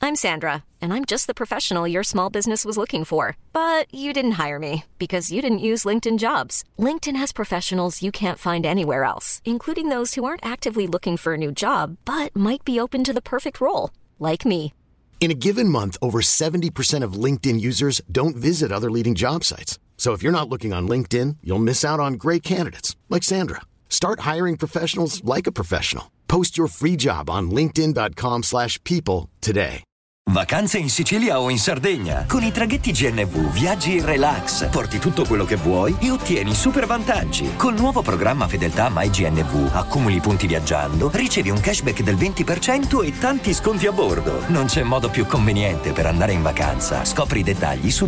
I'm Sandra, and I'm just the professional your small business was looking for. But you didn't hire me because you didn't use LinkedIn Jobs. LinkedIn has professionals you can't find anywhere else, including those who aren't actively looking for a new job, but might be open to the perfect role, like me. In a given month, over 70% of LinkedIn users don't visit other leading job sites. So if you're not looking on LinkedIn, you'll miss out on great candidates like Sandra. Start hiring professionals like a professional. Post your free job on linkedin.com/people today. Vacanze in Sicilia o in Sardegna. Con i traghetti GNV viaggi in relax, porti tutto quello che vuoi e ottieni super vantaggi. Col nuovo programma Fedeltà MyGNV accumuli punti viaggiando, ricevi un cashback del 20% e tanti sconti a bordo. Non c'è modo più conveniente per andare in vacanza. Scopri i dettagli su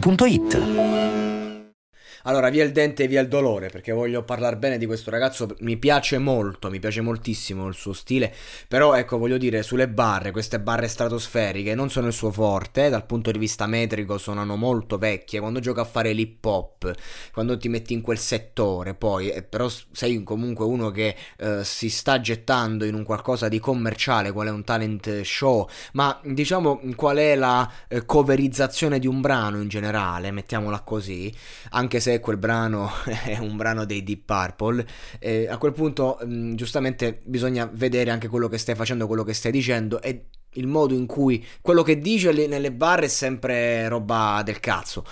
gnv.it. Allora, via il dente e via il dolore, perché voglio parlare bene di questo ragazzo. Mi piace molto, mi piace moltissimo il suo stile, però ecco, voglio dire, sulle barre, queste barre stratosferiche non sono il suo forte, dal punto di vista metrico suonano molto vecchie. Quando gioca a fare l'hip hop, quando ti metti in quel settore, poi però sei comunque uno che si sta gettando in un qualcosa di commerciale, qual è un talent show, ma diciamo qual è la coverizzazione di un brano in generale, mettiamola così, anche se quel brano è un brano dei Deep Purple, a quel punto giustamente bisogna vedere anche quello che stai facendo, quello che stai dicendo e il modo in cui quello che dice nelle barre è sempre roba del cazzo.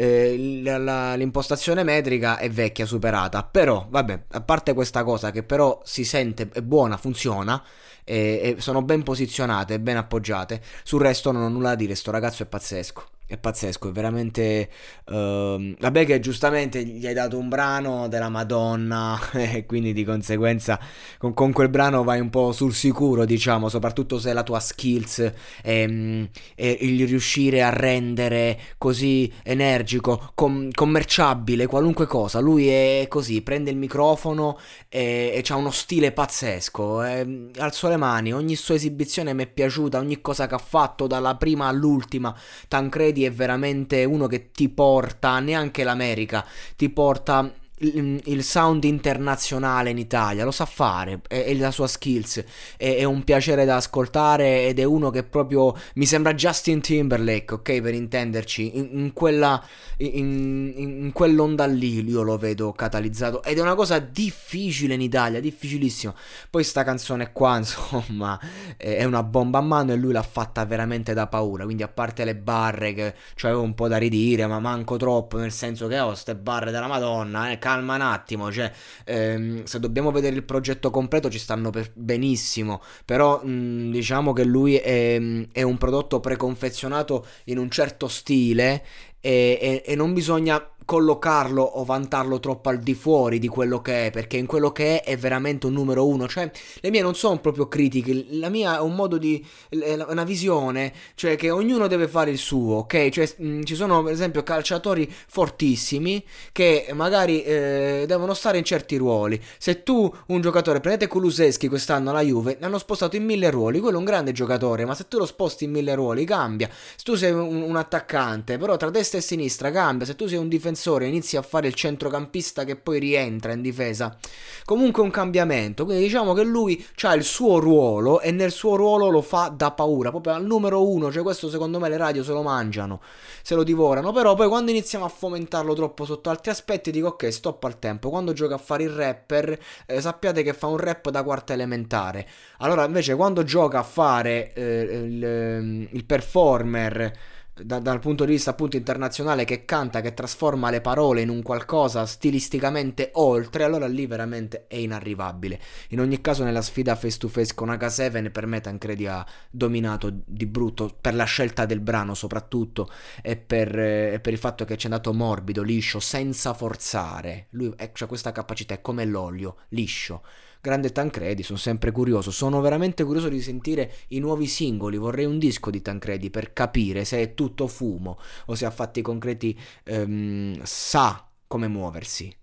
L'impostazione metrica è vecchia, superata, però vabbè, a parte questa cosa che però si sente, è buona, funziona e sono ben posizionate, ben appoggiate, sul resto non ho nulla da dire. Sto ragazzo è pazzesco. È pazzesco, è veramente vabbè che giustamente gli hai dato un brano della Madonna e quindi di conseguenza con quel brano vai un po' sul sicuro, diciamo, soprattutto se la tua skills e il riuscire a rendere così energico, commerciabile, qualunque cosa. Lui è così, prende il microfono e c'ha uno stile pazzesco, alzo le mani, ogni sua esibizione mi è piaciuta, ogni cosa che ha fatto dalla prima all'ultima. Tancredi è veramente uno che ti porta, neanche l'America, ti porta il sound internazionale in Italia, lo sa fare, è la sua skills, è un piacere da ascoltare ed è uno che proprio mi sembra Justin Timberlake, ok, per intenderci, in quell'onda lì io lo vedo catalizzato ed è una cosa difficile in Italia, difficilissimo. Poi sta canzone qua insomma è una bomba a mano e lui l'ha fatta veramente da paura, quindi a parte le barre che c'avevo un po' da ridire ma manco troppo, nel senso che ste barre della Madonna, calma un attimo, cioè se dobbiamo vedere il progetto completo ci stanno benissimo, però diciamo che lui è un prodotto preconfezionato in un certo stile e non bisogna collocarlo o vantarlo troppo al di fuori di quello che è, perché in quello che è veramente un numero uno. Cioè le mie non sono proprio critiche, la mia è un modo di una visione, cioè che ognuno deve fare il suo, ok? Cioè ci sono per esempio calciatori fortissimi che magari devono stare in certi ruoli. Se tu un giocatore, prendete Kulusevski quest'anno alla Juve, l'hanno spostato in 1000 ruoli, quello è un grande giocatore, ma se tu lo sposti in 1000 ruoli cambia. Se tu sei un attaccante, però tra destra e sinistra cambia. Se tu sei un difensore inizi a fare il centrocampista che poi rientra in difesa, comunque un cambiamento. Quindi diciamo che lui ha il suo ruolo e nel suo ruolo lo fa da paura, proprio al numero uno. Cioè questo secondo me le radio se lo mangiano, se lo divorano. Però poi quando iniziamo a fomentarlo troppo sotto altri aspetti dico ok, stop al tempo. Quando gioca a fare il rapper sappiate che fa un rap da quarta elementare. Allora invece quando gioca a fare il performer dal punto di vista appunto internazionale, che canta, che trasforma le parole in un qualcosa stilisticamente oltre, allora lì veramente è inarrivabile. In ogni caso nella sfida face to face con H7 per me Tancredi ha dominato di brutto, per la scelta del brano soprattutto e per il fatto che ci è andato morbido, liscio, senza forzare. Lui c'ha questa capacità, è come l'olio, liscio. Grande Tancredi, sono sempre curioso, sono veramente curioso di sentire i nuovi singoli, vorrei un disco di Tancredi per capire se è tutto fumo o se a fatti concreti sa come muoversi.